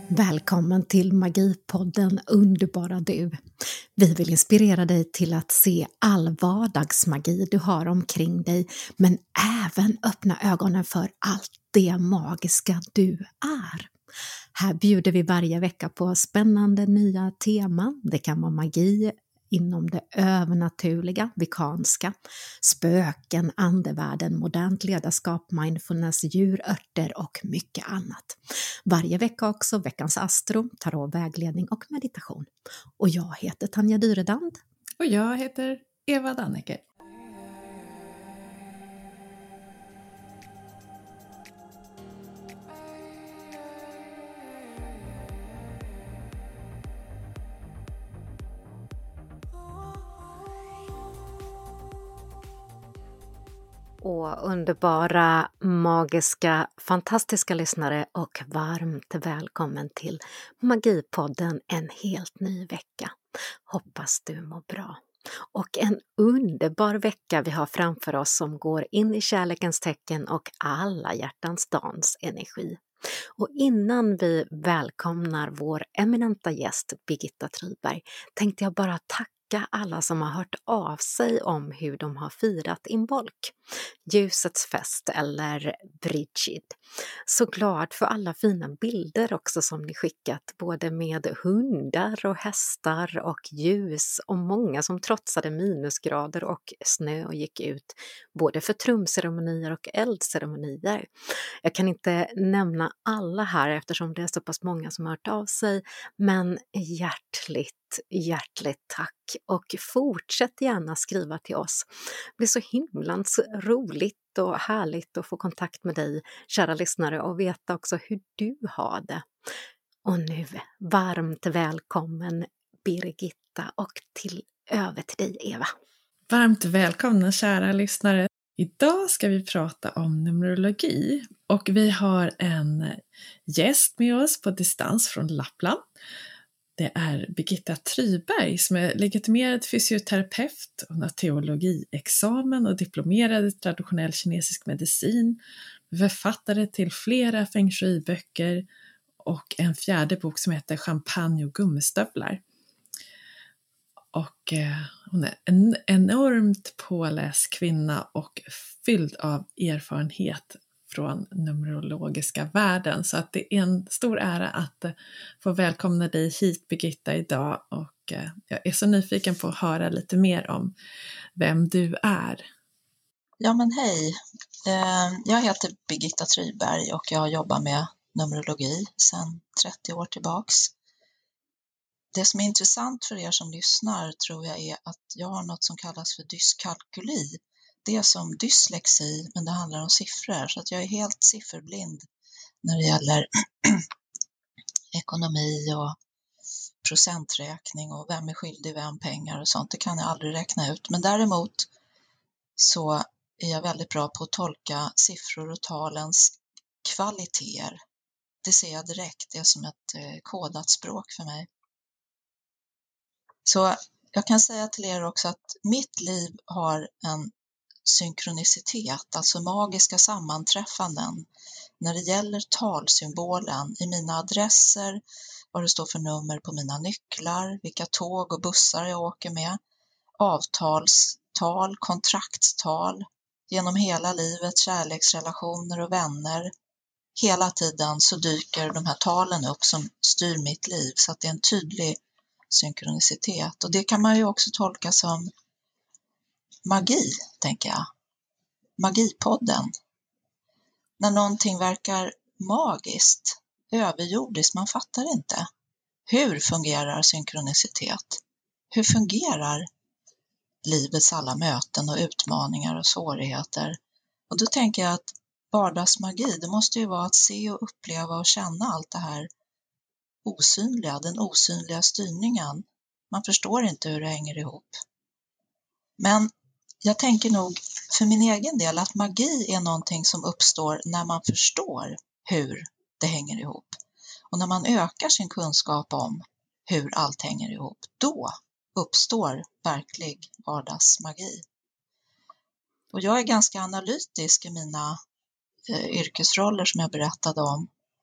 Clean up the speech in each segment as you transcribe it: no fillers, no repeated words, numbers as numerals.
Välkommen till Magipodden Underbara du. Vi vill inspirera dig till att se all vardagsmagi du har omkring dig, men även öppna ögonen för allt det magiska du är. Här bjuder vi varje vecka på spännande nya teman. Det kan vara magi inom det övernaturliga, vikanska, spöken, andevärlden, modernt ledarskap, mindfulness, djurörter och mycket annat. Varje vecka också veckans astro, tarot, vägledning och meditation. Och jag heter Tanja Dyredand. Och jag heter Eva Danneke. Och underbara, magiska, fantastiska lyssnare och varmt välkommen till Magipodden en helt ny vecka. Hoppas du mår bra. Och en underbar vecka vi har framför oss som går in i kärlekens tecken och alla hjärtans dans energi. Och innan vi välkomnar vår eminenta gäst Birgitta Tryberg tänkte jag bara tacka alla som har hört av sig om hur de har firat Imbolc, ljusets fest eller Brigid. Så glad för alla fina bilder också som ni skickat, både med hundar och hästar och ljus och många som trotsade minusgrader och snö och gick ut både för trumceremonier och eldceremonier. Jag kan inte nämna alla här eftersom det är så pass många som har hört av sig, men hjärtligt tack och fortsätt gärna skriva till oss. Det blir så himlans roligt och härligt att få kontakt med dig, kära lyssnare, och veta också hur du har det. Och nu varmt välkommen Birgitta och över till dig Eva. Varmt välkomna kära lyssnare. Idag ska vi prata om numerologi och vi har en gäst med oss på distans från Lappland. Det är Birgitta Tryberg som är legitimerad fysioterapeut och har teologiexamen och diplomerad i traditionell kinesisk medicin, författare till flera feng shui-böcker och en fjärde bok som heter Champagne och gummistövlar. Och hon är en enormt påläst kvinna och fylld av erfarenhet från numerologiska världen. Så att det är en stor ära att få välkomna dig hit Birgitta idag. Och jag är så nyfiken på att höra lite mer om vem du är. Ja men hej, jag heter Birgitta Tryberg och jag jobbar med numerologi sedan 30 år tillbaks. Det som är intressant för er som lyssnar tror jag är att jag har något som kallas för dyskalkyli. Det är som dyslexi men det handlar om siffror, så att jag är helt sifferblind när det gäller ekonomi och procenträkning och vem är skyldig vem pengar och sånt. Det kan jag aldrig räkna ut, men däremot så är jag väldigt bra på att tolka siffror och talens kvaliteter. Det ser jag direkt, det är som ett kodat språk för mig. Så jag kan säga till er också att mitt liv har en synkronicitet, alltså magiska sammanträffanden när det gäller talsymbolen i mina adresser, vad det står för nummer på mina nycklar, vilka tåg och bussar jag åker med, avtalstal, kontraktstal, genom hela livet, kärleksrelationer och vänner. Hela tiden så dyker de här talen upp som styr mitt liv, så att det är en tydlig synkronicitet. Och det kan man ju också tolka som magi, tänker jag. Magipodden. När någonting verkar magiskt, överjordiskt, man fattar inte. Hur fungerar synkronicitet? Hur fungerar livets alla möten och utmaningar och svårigheter? Och då tänker jag att vardagsmagi, det måste ju vara att se och uppleva och känna allt det här osynliga, den osynliga styrningen. Man förstår inte hur det hänger ihop. Men jag tänker nog för min egen del att magi är någonting som uppstår när man förstår hur det hänger ihop. Och när man ökar sin kunskap om hur allt hänger ihop, då uppstår verklig vardagsmagi. Och jag är ganska analytisk i mina yrkesroller som jag berättade om.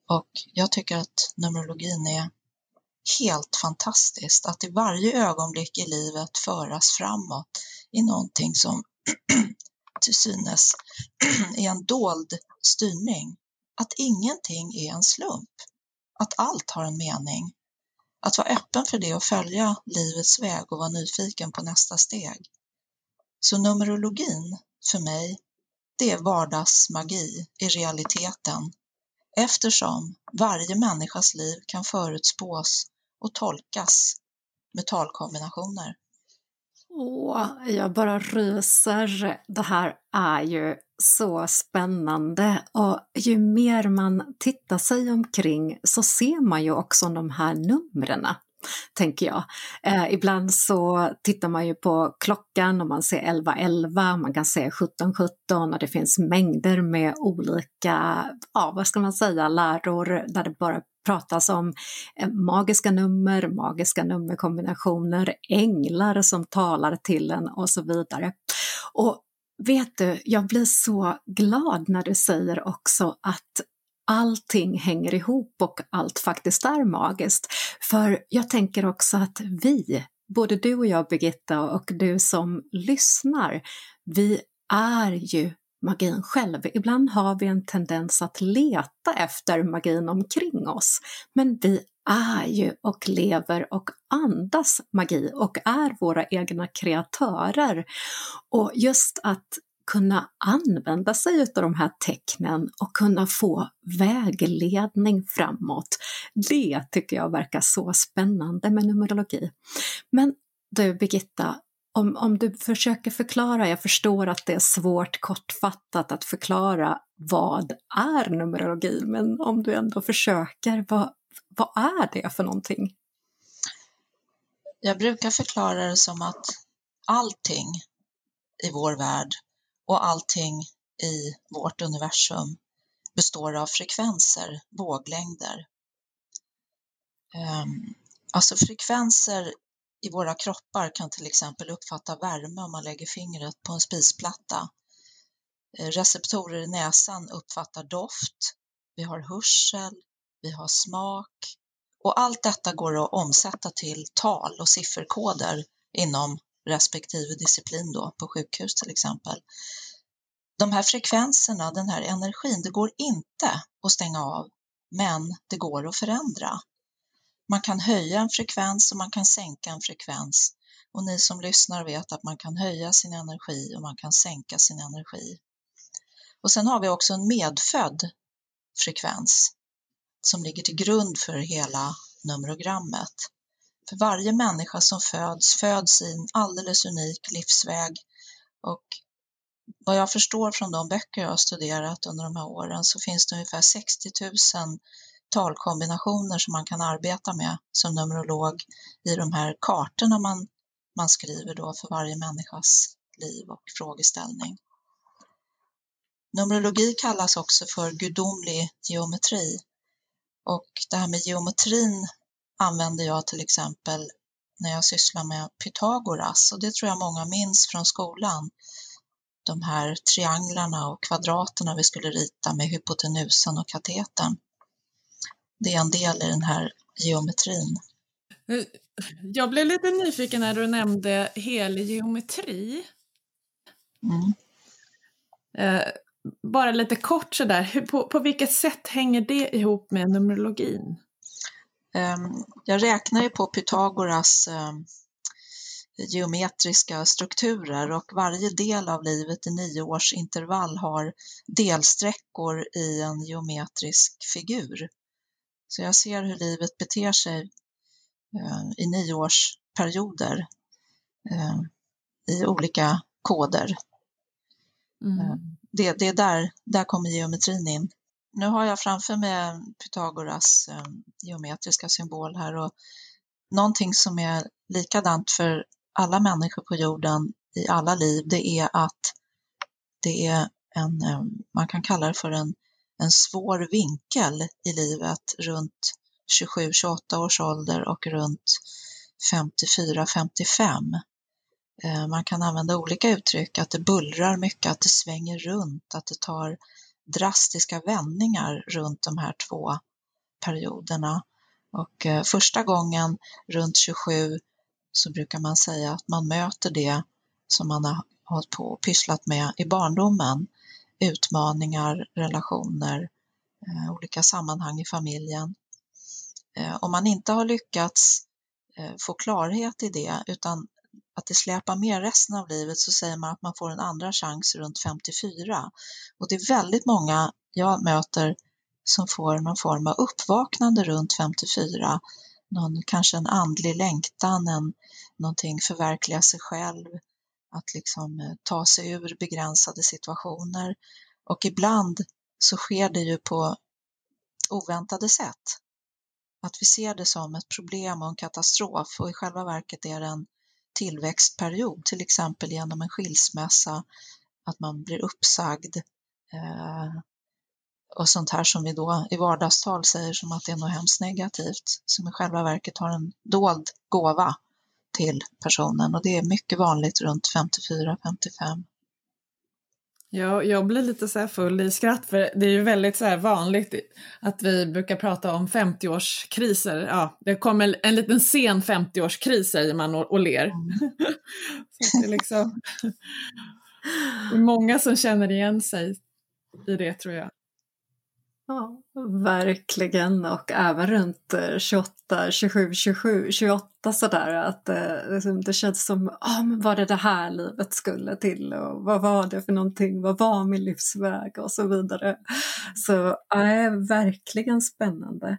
Och jag tycker att numerologin är helt fantastiskt. Att i varje ögonblick i livet föras framåt i någonting som till synes är en dold styrning. Att ingenting är en slump. Att allt har en mening. Att vara öppen för det och följa livets väg och vara nyfiken på nästa steg. Så numerologin för mig, det är vardagsmagi i realiteten. Eftersom varje människas liv kan förutspås och tolkas med talkombinationer. Jag bara ryser. Det här är ju så spännande, och ju mer man tittar sig omkring så ser man ju också de här numren, tänker jag. Ibland så tittar man ju på klockan och man ser 1111, man kan se 1717, och det finns mängder med olika, vad ska man säga, läror där det bara pratas om magiska nummerkombinationer, änglar som talar till en och så vidare. Och vet du, jag blir så glad när du säger också att allting hänger ihop och allt faktiskt är magiskt. För jag tänker också att vi, både du och jag Birgitta och du som lyssnar, vi är ju magin själv. Ibland har vi en tendens att leta efter magin omkring oss, men vi är ju och lever och andas magi och är våra egna kreatörer. Och just att kunna använda sig av de här tecknen och kunna få vägledning framåt, det tycker jag verkar så spännande med numerologi. Men du Birgitta, om du försöker förklara, jag förstår att det är svårt kortfattat att förklara vad är numerologi, men om du ändå försöker, vad är det för någonting? Jag brukar förklara det som att allting i vår värld och allting i vårt universum består av frekvenser, våglängder. Alltså frekvenser i våra kroppar kan till exempel uppfatta värme om man lägger fingret på en spisplatta. Receptorer i näsan uppfattar doft, vi har hörsel, vi har smak, och allt detta går att omsätta till tal och sifferkoder inom respektive disciplin då, på sjukhus till exempel. De här frekvenserna, den här energin, det går inte att stänga av, men det går att förändra. Man kan höja en frekvens och man kan sänka en frekvens. Och ni som lyssnar vet att man kan höja sin energi och man kan sänka sin energi. Och sen har vi också en medfödd frekvens som ligger till grund för hela numerogrammet. För varje människa som föds i en alldeles unik livsväg, och vad jag förstår från de böcker jag har studerat under de här åren så finns det ungefär 60 000 talkombinationer som man kan arbeta med som numerolog i de här kartorna man skriver då för varje människas liv och frågeställning. Numerologi kallas också för gudomlig geometri, och det här med geometrin använder jag till exempel när jag sysslar med Pythagoras, och det tror jag många minns från skolan. De här trianglarna och kvadraterna vi skulle rita med hypotenusan och katetern. Det är en del i den här geometrin. Jag blev lite nyfiken när du nämnde helig geometri. Bara lite kort sådär, på vilket sätt hänger det ihop med numerologin? Jag räknar ju på Pythagoras geometriska strukturer, och varje del av livet i 9 års intervall har delsträckor i en geometrisk figur. Så jag ser hur livet beter sig i 9 års perioder i olika koder. Det är där kommer geometrin in. Nu har jag framför mig Pythagoras geometriska symbol här, och någonting som är likadant för alla människor på jorden i alla liv, det är att det är man kan kalla det för en svår vinkel i livet runt 27-28 års ålder och runt 54-55. Man kan använda olika uttryck, att det bullrar mycket, att det svänger runt, att det tar drastiska vändningar runt de här 2 perioderna. Och första gången runt 27 så brukar man säga att man möter det som man har hållit på och pysslat med i barndomen. Utmaningar, relationer, olika sammanhang i familjen. Om man inte har lyckats få klarhet i det utan att det släpar med resten av livet, så säger man att man får en andra chans runt 54. Och det är väldigt många jag möter som får någon form av uppvaknande runt 54. Kanske en andlig längtan, någonting förverkliga sig själv, att liksom ta sig ur begränsade situationer. Och ibland så sker det ju på oväntade sätt. Att vi ser det som ett problem och en katastrof, och i själva verket är det en tillväxtperiod, till exempel genom en skilsmässa, att man blir uppsagd och sånt här som vi då i vardagstal säger som att det är något hemskt negativt, som i själva verket har en dold gåva till personen, och det är mycket vanligt runt 54-55. Ja, jag blir lite så här full i skratt, för det är ju väldigt så här vanligt att vi brukar prata om 50-årskriser. Ja, det kommer en liten sen 50-årskris, säger man och ler. Så det är liksom det är många som känner igen sig i det, tror jag. Ja, verkligen, och även runt 28, 27, 28 sådär, att det känns som, men var det här livet skulle till, och vad var det för någonting, vad var min livsväg och så vidare. Så verkligen spännande.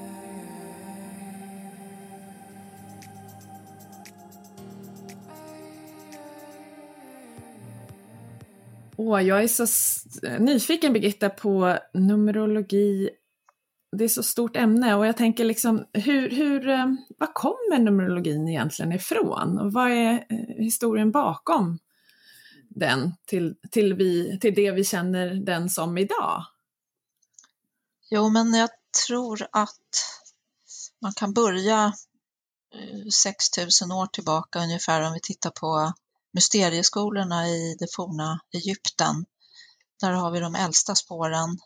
Jag är så nyfiken, Birgitta, på numerologi. Det är så stort ämne, och jag tänker liksom, var kommer numerologin egentligen ifrån? Och vad är historien bakom den till det vi känner den som idag? Jo, men jag tror att man kan börja 6000 år tillbaka ungefär, om vi tittar på mysterieskolorna i det forna Egypten. Där har vi de äldsta spåren.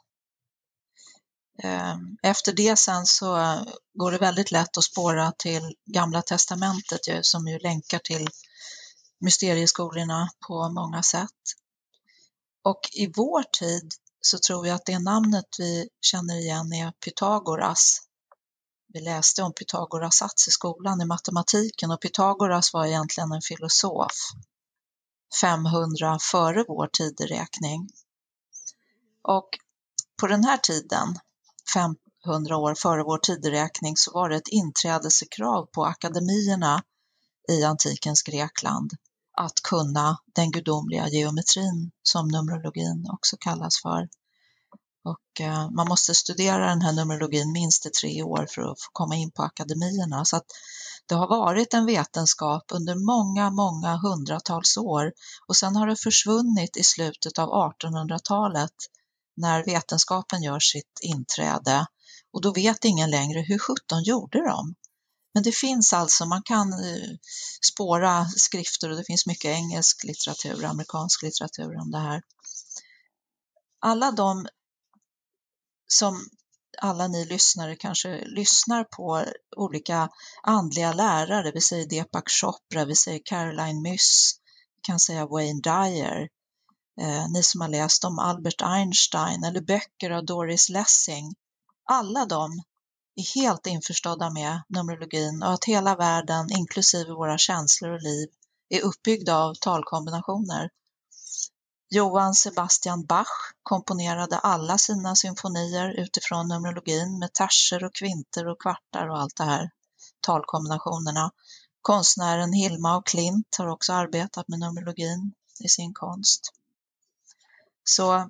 Efter det sen så går det väldigt lätt att spåra till Gamla testamentet, som ju länkar till mysterieskolorna på många sätt. Och i vår tid så tror jag att det namnet vi känner igen är Pythagoras. Vi läste om Pythagoras sats i skolan i matematiken, och Pythagoras var egentligen en filosof 500 före vår tideräkning. Och på den här tiden, 500 år före vår tideräkning, så var det ett inträdelsekrav på akademierna i antikens Grekland att kunna den gudomliga geometrin, som numerologin också kallas för. Och man måste studera den här numerologin minst i 3 år för att få komma in på akademierna. Så att det har varit en vetenskap under många, många hundratals år, och sen har det försvunnit i slutet av 1800-talet när vetenskapen gör sitt inträde, och då vet ingen längre hur 17 gjorde de. Men det finns alltså, man kan spåra skrifter, och det finns mycket engelsk litteratur, amerikansk litteratur om det här. Alla de som alla ni lyssnare kanske lyssnar på, olika andliga lärare, vi säger Deepak Chopra, vi säger Caroline Myss, vi kan säga Wayne Dyer, ni som har läst om Albert Einstein eller böcker av Doris Lessing, alla de är helt införstådda med numerologin, och att hela världen, inklusive våra känslor och liv, är uppbyggd av talkombinationer. Johann Sebastian Bach komponerade alla sina symfonier utifrån numerologin med terser och kvinter och kvartar och allt det här, talkombinationerna. Konstnären Hilma af Klint har också arbetat med numerologin i sin konst. Så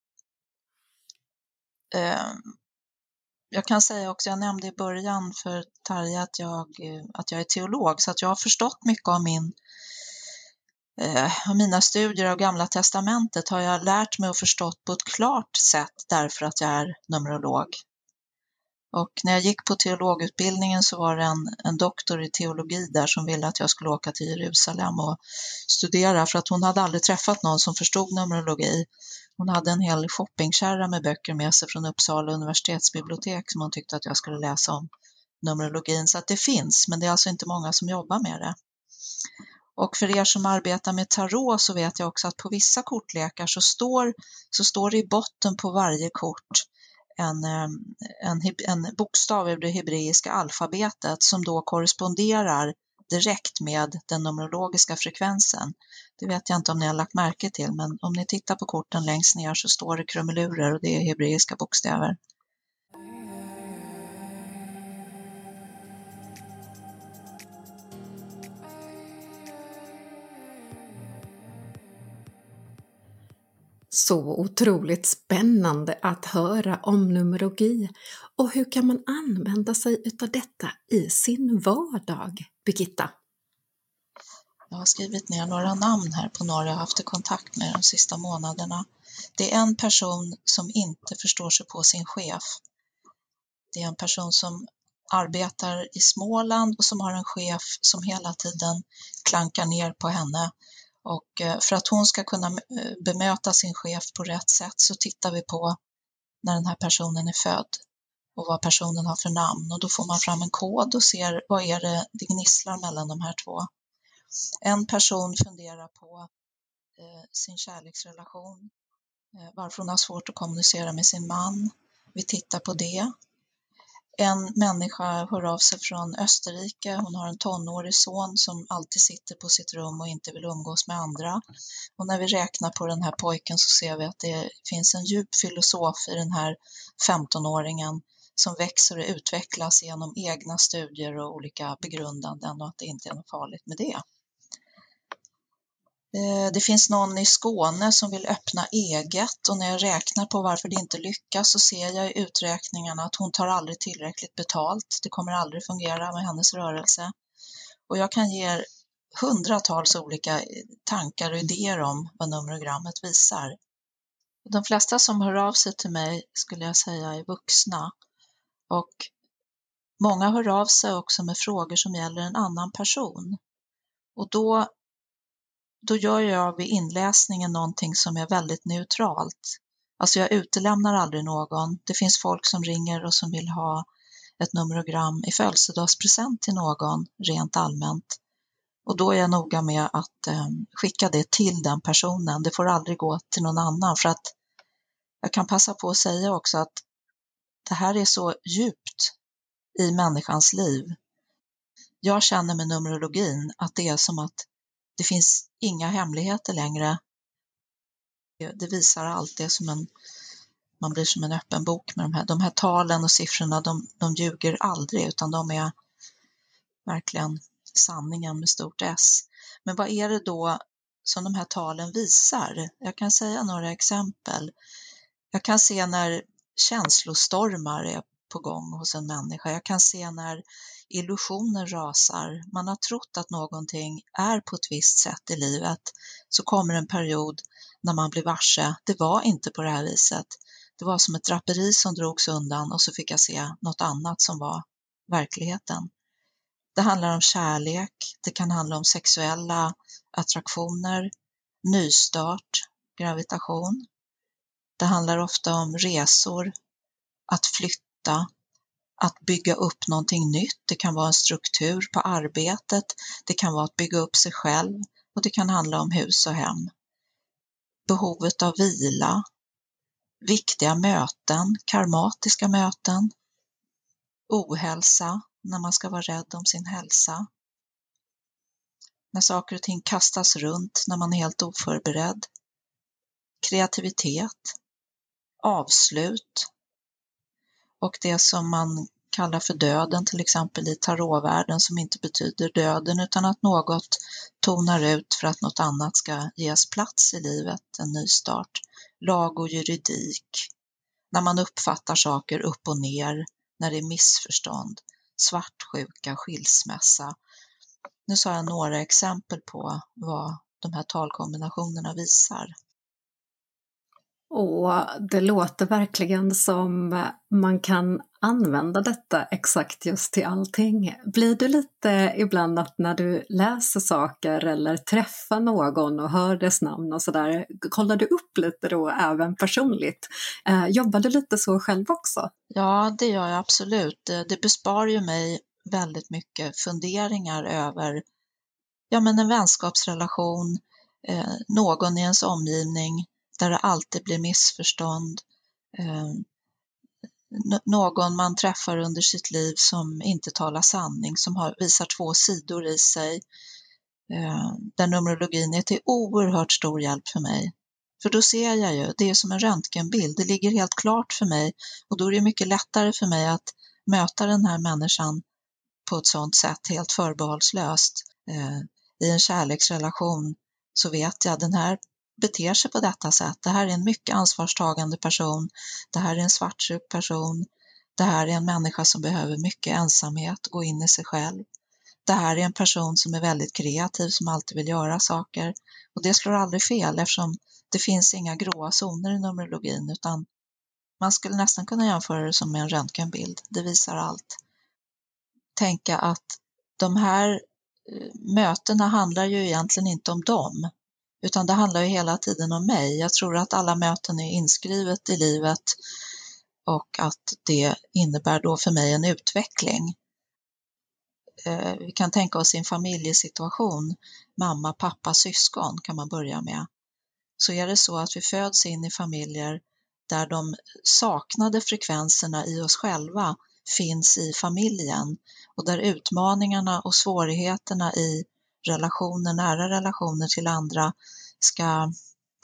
jag kan säga också, jag nämnde i början för Tarja att jag är teolog, så att jag har förstått mycket av mina studier av Gamla testamentet har jag lärt mig och förstått på ett klart sätt därför att jag är numerolog. Och när jag gick på teologutbildningen så var det en doktor i teologi där som ville att jag skulle åka till Jerusalem och studera, för att hon hade aldrig träffat någon som förstod numerologi. Hon hade en hel shoppingkärra med böcker med sig från Uppsala universitetsbibliotek som hon tyckte att jag skulle läsa om numerologin. Så att det finns, men det är alltså inte många som jobbar med det. Och för er som arbetar med tarot så vet jag också att på vissa kortlekar så står det i botten på varje kort en bokstav ur det hebreiska alfabetet som då korresponderar direkt med den numerologiska frekvensen. Det vet jag inte om ni har lagt märke till, men om ni tittar på korten längst ner så står det krumelurer och det är hebreiska bokstäver. Så otroligt spännande att höra om numerologi. Och hur kan man använda sig utav detta i sin vardag, Birgitta? Jag har skrivit ner några namn här på några jag har haft kontakt med de sista månaderna. Det är en person som inte förstår sig på sin chef. Det är en person som arbetar i Småland och som har en chef som hela tiden klankar ner på henne. Och för att hon ska kunna bemöta sin chef på rätt sätt så tittar vi på när den här personen är född och vad personen har för namn. Och då får man fram en kod och ser vad är det gnisslar mellan de här två. En person funderar på sin kärleksrelation, varför hon har svårt att kommunicera med sin man. Vi tittar på det. En människa hör av sig från Österrike. Hon har en tonårig son som alltid sitter på sitt rum och inte vill umgås med andra. Och när vi räknar på den här pojken så ser vi att det finns en djup filosof i den här 15-åringen som växer och utvecklas genom egna studier och olika begrundanden, och att det inte är något farligt med det. Det finns någon i Skåne som vill öppna eget, och när jag räknar på varför det inte lyckas så ser jag i uträkningarna att hon tar aldrig tillräckligt betalt. Det kommer aldrig fungera med hennes rörelse. Och jag kan ge er hundratals olika tankar och idéer om vad numerogrammet visar. De flesta som hör av sig till mig skulle jag säga är vuxna, och många hör av sig också med frågor som gäller en annan person. Och då gör jag vid inläsningen någonting som är väldigt neutralt. Alltså jag utelämnar aldrig någon. Det finns folk som ringer och som vill ha ett numerogram i födelsedagspresent till någon rent allmänt. Och då är jag noga med att skicka det till den personen. Det får aldrig gå till någon annan, för att jag kan passa på att säga också att det här är så djupt i människans liv. Jag känner med numerologin att det är som att det finns inga hemligheter längre. Det visar allt. Det är som man blir som en öppen bok med de här talen och siffrorna. De ljuger aldrig, utan de är verkligen sanningen med stort S. Men vad är det då som de här talen visar? Jag kan säga några exempel. Jag kan se när känslostormar är på gång hos en människa. Jag kan se när illusioner rasar. Man har trott att någonting är på ett visst sätt i livet. Så kommer en period när man blir varse. Det var inte på det här viset. Det var som ett draperi som drogs undan, och så fick jag se något annat som var verkligheten. Det handlar om kärlek. Det kan handla om sexuella attraktioner, nystart, gravitation. Det handlar ofta om resor, att flytta, att bygga upp någonting nytt. Det kan vara en struktur på arbetet, det kan vara att bygga upp sig själv, och det kan handla om hus och hem. Behovet av vila, viktiga möten, karmatiska möten, ohälsa, när man ska vara rädd om sin hälsa. När saker och ting kastas runt, när man är helt oförberedd. Kreativitet, avslut, och det som man kallar för döden, till exempel i tarotvärlden, som inte betyder döden utan att något tonar ut för att något annat ska ges plats i livet, en ny start. Lag och juridik, när man uppfattar saker upp och ner, när det är missförstånd, svartsjuka, skilsmässa. Nu sa jag några exempel på vad de här talkombinationerna visar. Och det låter verkligen som man kan använda detta exakt just till allting. Blir du lite ibland att när du läser saker eller träffar någon och hör dess namn och sådär, kollar du upp lite då även personligt? Jobbar du lite så själv också? Ja, det gör jag absolut. Det besparar ju mig väldigt mycket funderingar över en vänskapsrelation, någon i ens omgivning där det alltid blir missförstånd, någon man träffar under sitt liv som inte talar sanning, som visar två sidor i sig, där numerologin är till oerhört stor hjälp för mig. För då ser jag ju, det är som en röntgenbild, det ligger helt klart för mig och då är det mycket lättare för mig att möta den här människan på ett sådant sätt, helt förbehållslöst. I en kärleksrelation så vet jag, den här beter sig på detta sätt. Det här är en mycket ansvarstagande person. Det här är en svartsjuk person. Det här är en människa som behöver mycket ensamhet, gå in i sig själv. Det här är en person som är väldigt kreativ, som alltid vill göra saker. Och det slår aldrig fel eftersom det finns inga gråa zoner i numerologin, utan man skulle nästan kunna jämföra det som med en röntgenbild. Det visar allt. Tänka att de här mötena handlar ju egentligen inte om dem, utan det handlar ju hela tiden om mig. Jag tror att alla möten är inskrivet i livet och att det innebär då för mig en utveckling. Vi kan tänka oss i en familjesituation, mamma, pappa, syskon kan man börja med. Så är det så att vi föds in i familjer där de saknade frekvenserna i oss själva finns i familjen och där utmaningarna och svårigheterna i relationer, nära relationer till andra ska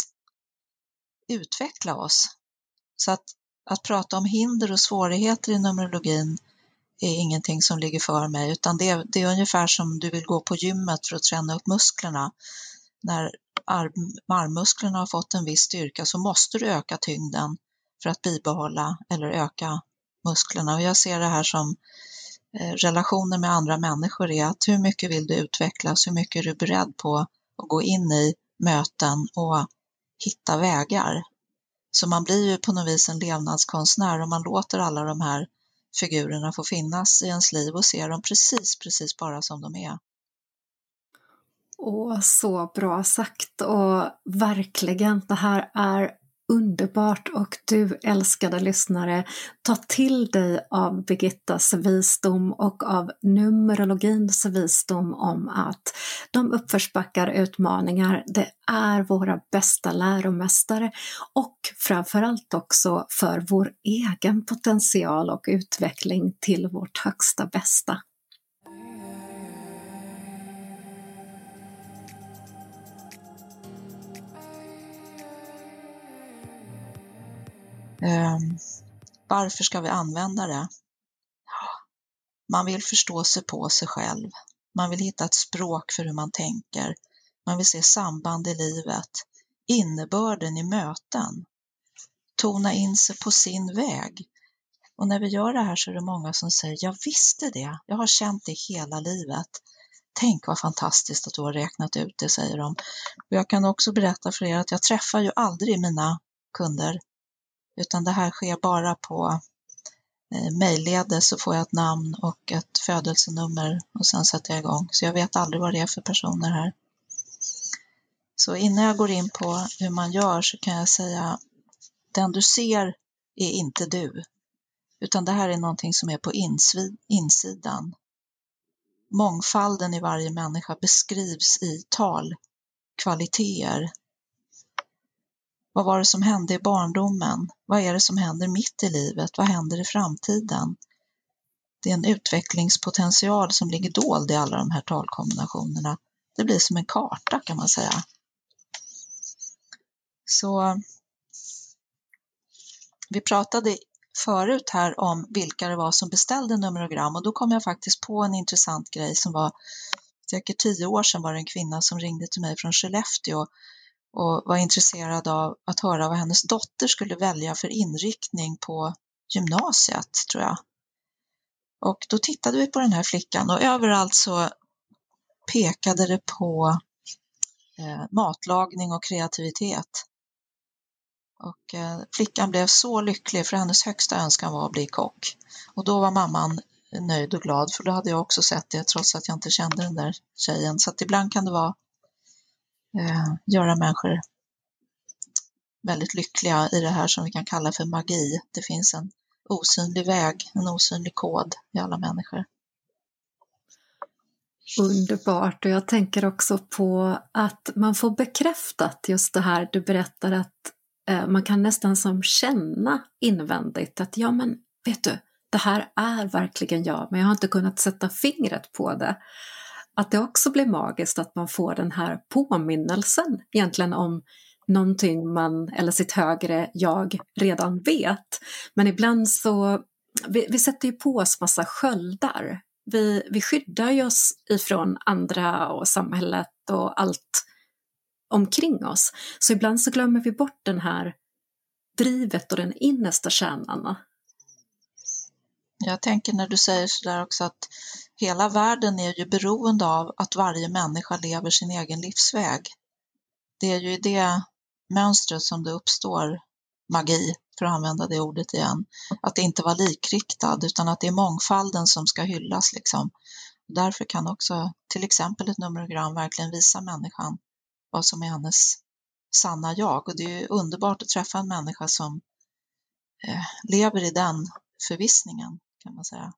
utveckla oss. Så att prata om hinder och svårigheter i numerologin är ingenting som ligger för mig, utan det är ungefär som du vill gå på gymmet för att träna upp musklerna. När armmusklerna har fått en viss styrka så måste du öka tyngden för att bibehålla eller öka musklerna. Och jag ser det här som relationer med andra människor är att hur mycket vill du utvecklas, hur mycket är du beredd på att gå in i möten och hitta vägar. Så man blir ju på något vis en levnadskonstnär om man låter alla de här figurerna få finnas i ens liv och ser dem precis bara som de är. Åh, så bra sagt, och verkligen, det här är underbart, och du älskade lyssnare, ta till dig av Birgittas visdom och av numerologins visdom om att de uppförsbackar utmaningar, det är våra bästa läromästare, och framförallt också för vår egen potential och utveckling till vårt högsta bästa. Varför ska vi använda det? Man vill förstå sig på sig själv. Man vill hitta ett språk för hur man tänker. Man vill se samband i livet. Innebörden i möten. Tona in sig på sin väg. Och när vi gör det här så är det många som säger, jag visste det. Jag har känt det hela livet. Tänk vad fantastiskt att du har räknat ut det, säger de. Och jag kan också berätta för er att jag träffar ju aldrig mina kunder. Utan det här sker bara på mejlledes, så får jag ett namn och ett födelsenummer och sen sätter jag igång. Så jag vet aldrig vad det är för personer här. Så innan jag går in på hur man gör så kan jag säga, den du ser är inte du. Utan det här är någonting som är på insidan. Mångfalden i varje människa beskrivs i talkvaliteter. Vad var det som hände i barndomen? Vad är det som händer mitt i livet? Vad händer i framtiden? Det är en utvecklingspotential som ligger dold i alla de här talkombinationerna. Det blir som en karta, kan man säga. Så vi pratade förut här om vilka det var som beställde numerogram, och då kom jag faktiskt på en intressant grej som var säkert 10 år sedan. Var det en kvinna som ringde till mig från Skellefteå och var intresserad av att höra vad hennes dotter skulle välja för inriktning på gymnasiet, tror jag. Och då tittade vi på den här flickan och överallt så pekade det på matlagning och kreativitet. Och flickan blev så lycklig för hennes högsta önskan var att bli kock. Och då var mamman nöjd och glad, för då hade jag också sett det trots att jag inte kände den där tjejen. Så att ibland kan det vara göra människor väldigt lyckliga i det här som vi kan kalla för magi. Det finns en osynlig väg, en osynlig kod i alla människor. Underbart, och jag tänker också på att man får bekräftat just det här du berättar, att man kan nästan som känna invändigt att ja, men vet du, det här är verkligen jag, men jag har inte kunnat sätta fingret på det. Att det också blir magiskt att man får den här påminnelsen egentligen om någonting man eller sitt högre jag redan vet. Men ibland så, vi sätter ju på oss massa sköldar. Vi skyddar ju oss ifrån andra och samhället och allt omkring oss. Så ibland så glömmer vi bort den här drivet och den innersta kärnan. Jag tänker när du säger sådär också att hela världen är ju beroende av att varje människa lever sin egen livsväg. Det är ju i det mönstret som det uppstår magi, för att använda det ordet igen. Att det inte var likriktad utan att det är mångfalden som ska hyllas liksom. Därför kan också till exempel ett numerogram verkligen visa människan vad som är hennes sanna jag. Och det är ju underbart att träffa en människa som lever i den förvissningen, kan man säga.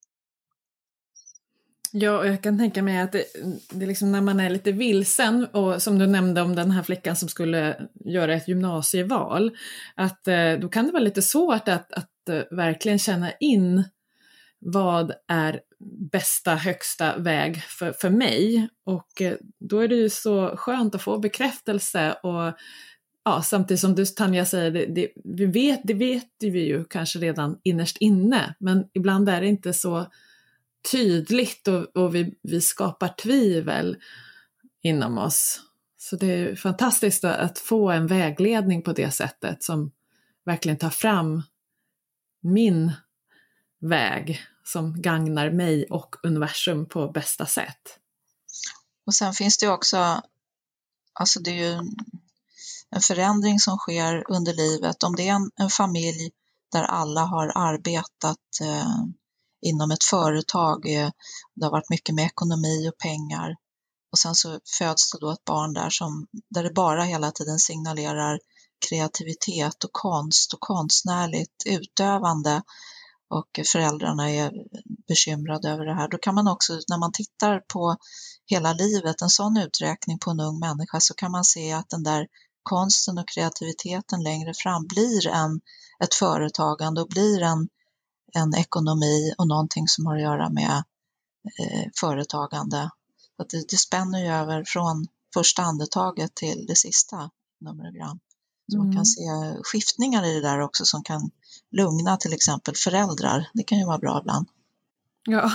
Ja, och jag kan tänka mig att det liksom när man är lite vilsen, och som du nämnde om den här flickan som skulle göra ett gymnasieval, att då kan det vara lite svårt att verkligen känna in vad är bästa högsta väg för mig, och då är det ju så skönt att få bekräftelse. Och ja, samtidigt som du, Tanja, säger, det vet vi ju kanske redan innerst inne, men ibland är det inte så tydligt, och vi skapar tvivel inom oss. Så det är fantastiskt att få en vägledning på det sättet som verkligen tar fram min väg som gagnar mig och universum på bästa sätt. Och sen finns det också, alltså det är ju en förändring som sker under livet. Om det är en familj där alla har arbetat inom ett företag, det har varit mycket med ekonomi och pengar, och sen så föds det då ett barn där det bara hela tiden signalerar kreativitet och konst och konstnärligt utövande, och föräldrarna är bekymrade över det här. Då kan man också, när man tittar på hela livet, en sån uträkning på en ung människa, så kan man se att den där konsten och kreativiteten längre fram blir ett företagande och blir en ekonomi och någonting som har att göra med företagande. Att det spänner ju över från första andetaget till det sista numerogram. Så man kan se skiftningar i det där också som kan lugna till exempel föräldrar. Det kan ju vara bra ibland. Ja.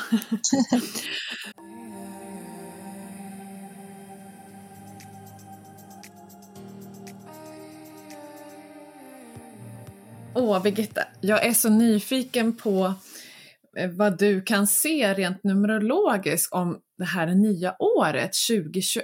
Birgitta, jag är så nyfiken på vad du kan se rent numerologiskt om det här nya året 2021.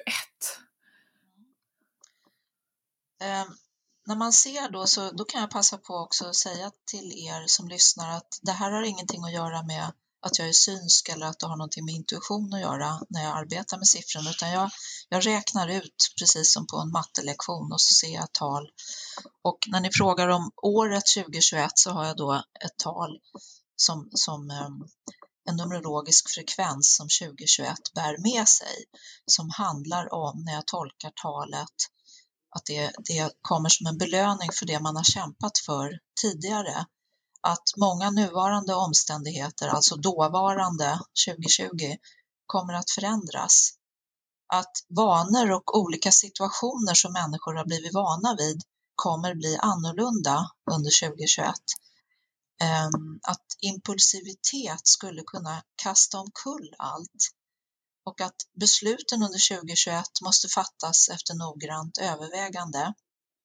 När man ser då kan jag passa på också att säga till er som lyssnar att det här har ingenting att göra med att jag är synsk eller att det har någonting med intuition att göra när jag arbetar med siffrorna, utan jag räknar ut precis som på en mattelektion och så ser jag ett tal. Och när ni frågar om året 2021 så har jag då ett tal som en numerologisk frekvens som 2021 bär med sig, som handlar om, när jag tolkar talet, att det kommer som en belöning för det man har kämpat för tidigare. Att många nuvarande omständigheter, alltså dåvarande 2020, kommer att förändras. Att vanor och olika situationer som människor har blivit vana vid kommer bli annorlunda under 2021. Att impulsivitet skulle kunna kasta omkull allt. Och att besluten under 2021 måste fattas efter noggrant övervägande.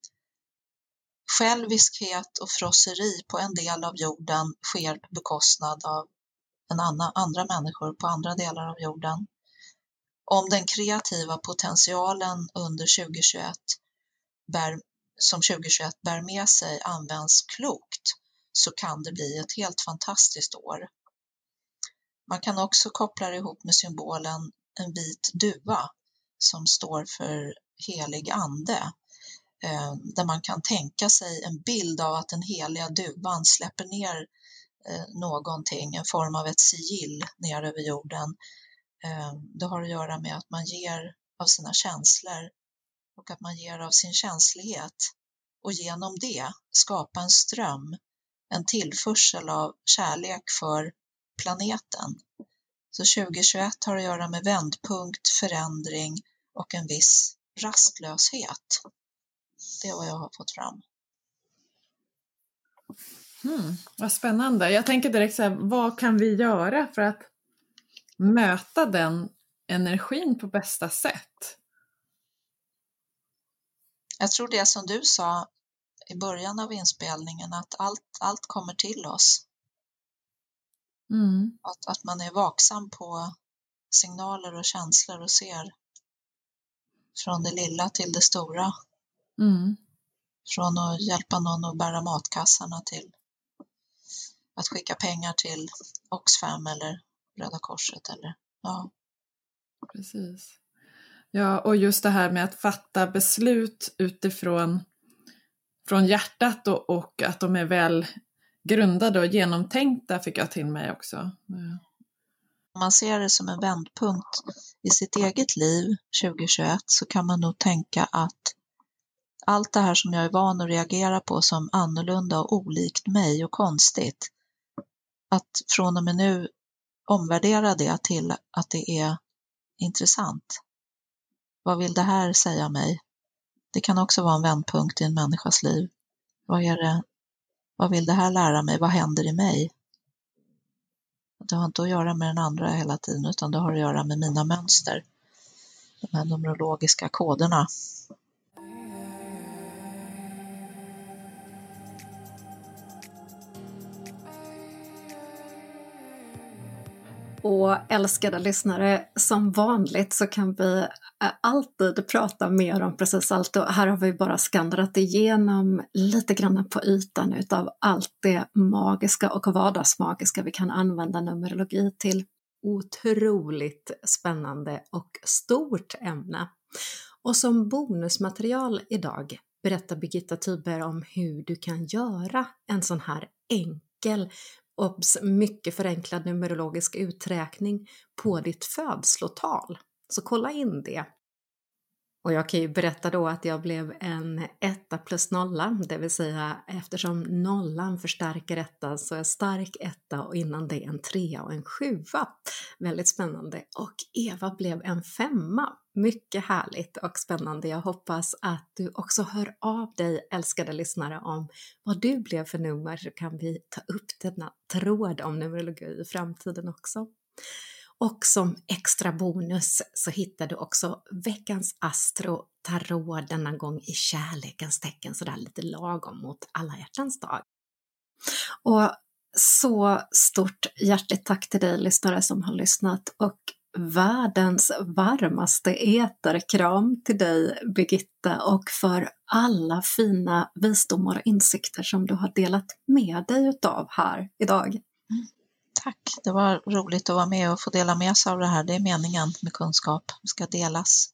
Själviskhet och frosseri på en del av jorden sker på bekostnad av andra människor på andra delar av jorden. Om den kreativa potentialen under 2021 bär som 2021 bär med sig används klokt, så kan det bli ett helt fantastiskt år. Man kan också koppla det ihop med symbolen en vit duva som står för helig ande, där man kan tänka sig en bild av att den heliga duvan släpper ner någonting, en form av ett sigill ner över jorden. Det har att göra med att man ger av sina känslor och att man ger av sin känslighet, och genom det skapa en ström, en tillförsel av kärlek för planeten. Så 2021 har att göra med vändpunkt, förändring och en viss rastlöshet. Det är vad jag har fått fram. Vad spännande. Jag tänker direkt så här, vad kan vi göra för att möta den energin på bästa sätt? Jag tror det som du sa i början av inspelningen, att allt kommer till oss. Att man är vaksam på signaler och känslor och ser från det lilla till det stora. Från att hjälpa någon att bära matkassarna till att skicka pengar till Oxfam eller Röda Korset. Ja. Precis. Ja, och just det här med att fatta beslut utifrån hjärtat och att de är väl grundade och genomtänkta fick jag till mig också. Om man ser det som en vändpunkt i sitt eget liv 2021, så kan man nog tänka att allt det här som jag är van att reagera på som annorlunda och olikt mig och konstigt, att från och med nu omvärdera det till att det är intressant. Vad vill det här säga mig? Det kan också vara en vändpunkt i en människas liv. Vad vill det här lära mig? Vad händer i mig? Det har inte att göra med den andra hela tiden, utan det har att göra med mina mönster. De här numerologiska koderna. Och älskade lyssnare, som vanligt så kan vi alltid prata mer om precis allt, och här har vi bara skannrat igenom lite grann på ytan utav allt det magiska och vardagsmagiska vi kan använda numerologi till. Otroligt spännande och stort ämne. Och som bonusmaterial idag berättar Birgitta Tyber om hur du kan göra en sån här enkel och mycket förenklad numerologisk uträkning på ditt födslotal. Så kolla in det. Och jag kan ju berätta då att jag blev en 1 plus 0, det vill säga eftersom 0 förstärker 1 så är stark 1 och innan det en 3 och en 7. Väldigt spännande. Och Eva blev en 5. Mycket härligt och spännande. Jag hoppas att du också hör av dig, älskade lyssnare, om vad du blev för nummer, så kan vi ta upp denna tråd om numerologi i framtiden också. Och som extra bonus så hittar du också veckans Astro Tarot, denna gång i kärlekens tecken, så där lite lagom mot alla hjärtans dag. Och så stort hjärtligt tack till dig lyssnare som har lyssnat, och världens varmaste eterkram till dig Birgitta, och för alla fina visdomar och insikter som du har delat med dig utav här idag. Tack, det var roligt att vara med och få dela med sig av det här. Det är meningen med kunskap, det ska delas.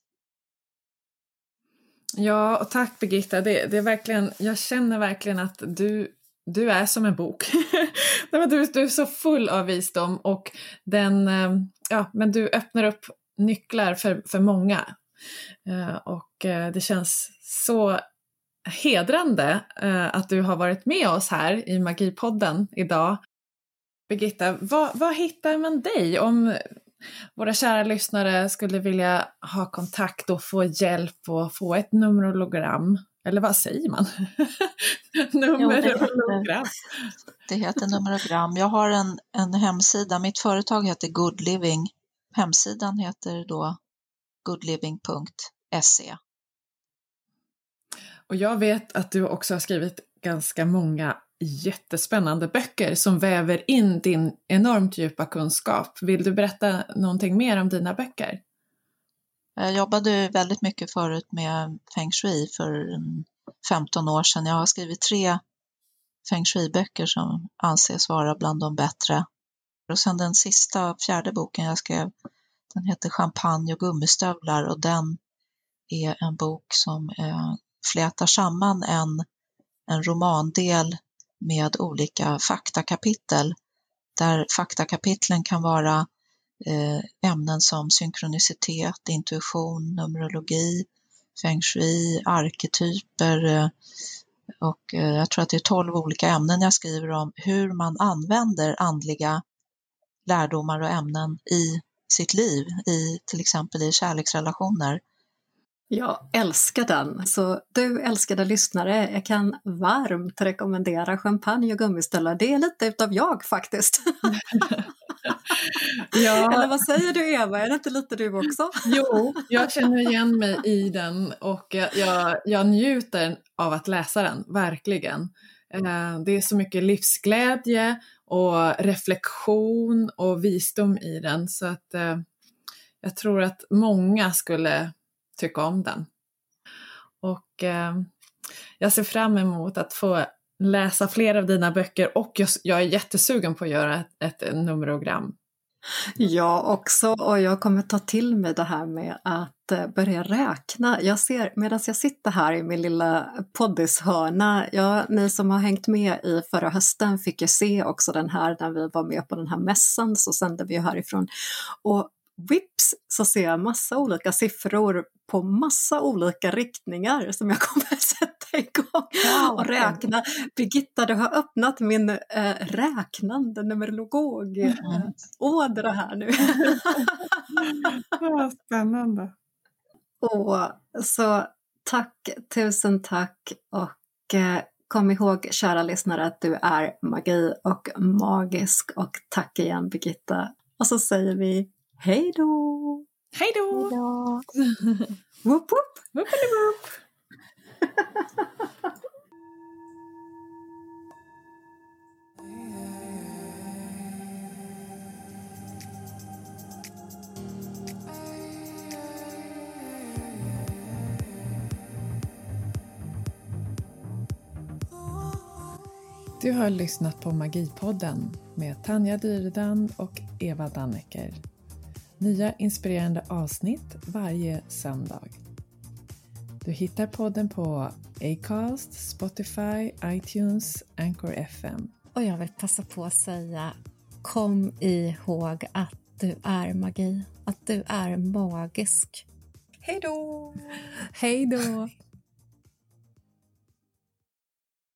Ja, och tack Birgitta. Det är verkligen, jag känner verkligen att du är som en bok. Du är så full av visdom, och men du öppnar upp nycklar för många. Och det känns så hedrande att du har varit med oss här i Magipodden idag. Birgitta, vad hittar man dig om våra kära lyssnare skulle vilja ha kontakt och få hjälp och få ett numerologram? Eller vad säger man? Numerologram. Det heter numerogram. Jag har en hemsida. Mitt företag heter Good Living. Hemsidan heter då goodliving.se. Och jag vet att du också har skrivit ganska många jättespännande böcker som väver in din enormt djupa kunskap. Vill du berätta någonting mer om dina böcker? Jag jobbade väldigt mycket förut med Feng Shui för 15 år sedan. Jag har skrivit 3 feng shui-böcker som anses vara bland de bättre. Och sen den sista, 4:e boken jag skrev, den heter Champagne och gummistövlar, och den är en bok som flätar samman en romandel med olika faktakapitel, där faktakapitlen kan vara ämnen som synkronicitet, intuition, numerologi, feng shui, arketyper, och jag tror att det är 12 olika ämnen jag skriver om hur man använder andliga lärdomar och ämnen i sitt liv, till exempel i kärleksrelationer. Jag älskar den, så du älskade lyssnare, jag kan varmt rekommendera Champagne och gummistövlar. Det är lite utav jag faktiskt. Ja. Eller vad säger du, Eva, är det inte lite du också? Jo, jag känner igen mig i den, och jag njuter av att läsa den, verkligen. Det är så mycket livsglädje och reflektion och visdom i den, så att jag tror att många skulle tycka om den. Och jag ser fram emot att få läsa fler av dina böcker, och jag är jättesugen på att göra ett numerogram. Jag också, och jag kommer ta till mig det här med att börja räkna. Jag ser, medan jag sitter här i min lilla poddishörna, ni som har hängt med i förra hösten fick ju se också den här, när vi var med på den här mässan, så sände vi ju härifrån. Och vips så ser jag massa olika siffror på massa olika riktningar som jag kommer att sätta igång och räkna. Birgitta, du har öppnat min räknande numerolog-ådra här nu. Vad spännande. Och så tusen tack, och kom ihåg, kära lyssnare, att du är magi och magisk, och tack igen Birgitta. Och så säger vi hej då! Hej då! Woop woop! Woop-a-doop. Du har lyssnat på Magipodden med Tanja Dyredand och Eva Dannecker. Nya inspirerande avsnitt varje söndag. Du hittar podden på Acast, Spotify, iTunes, Anchor FM. Och jag vill passa på att säga, kom ihåg att du är magi, att du är magisk. Hej då! Hej då!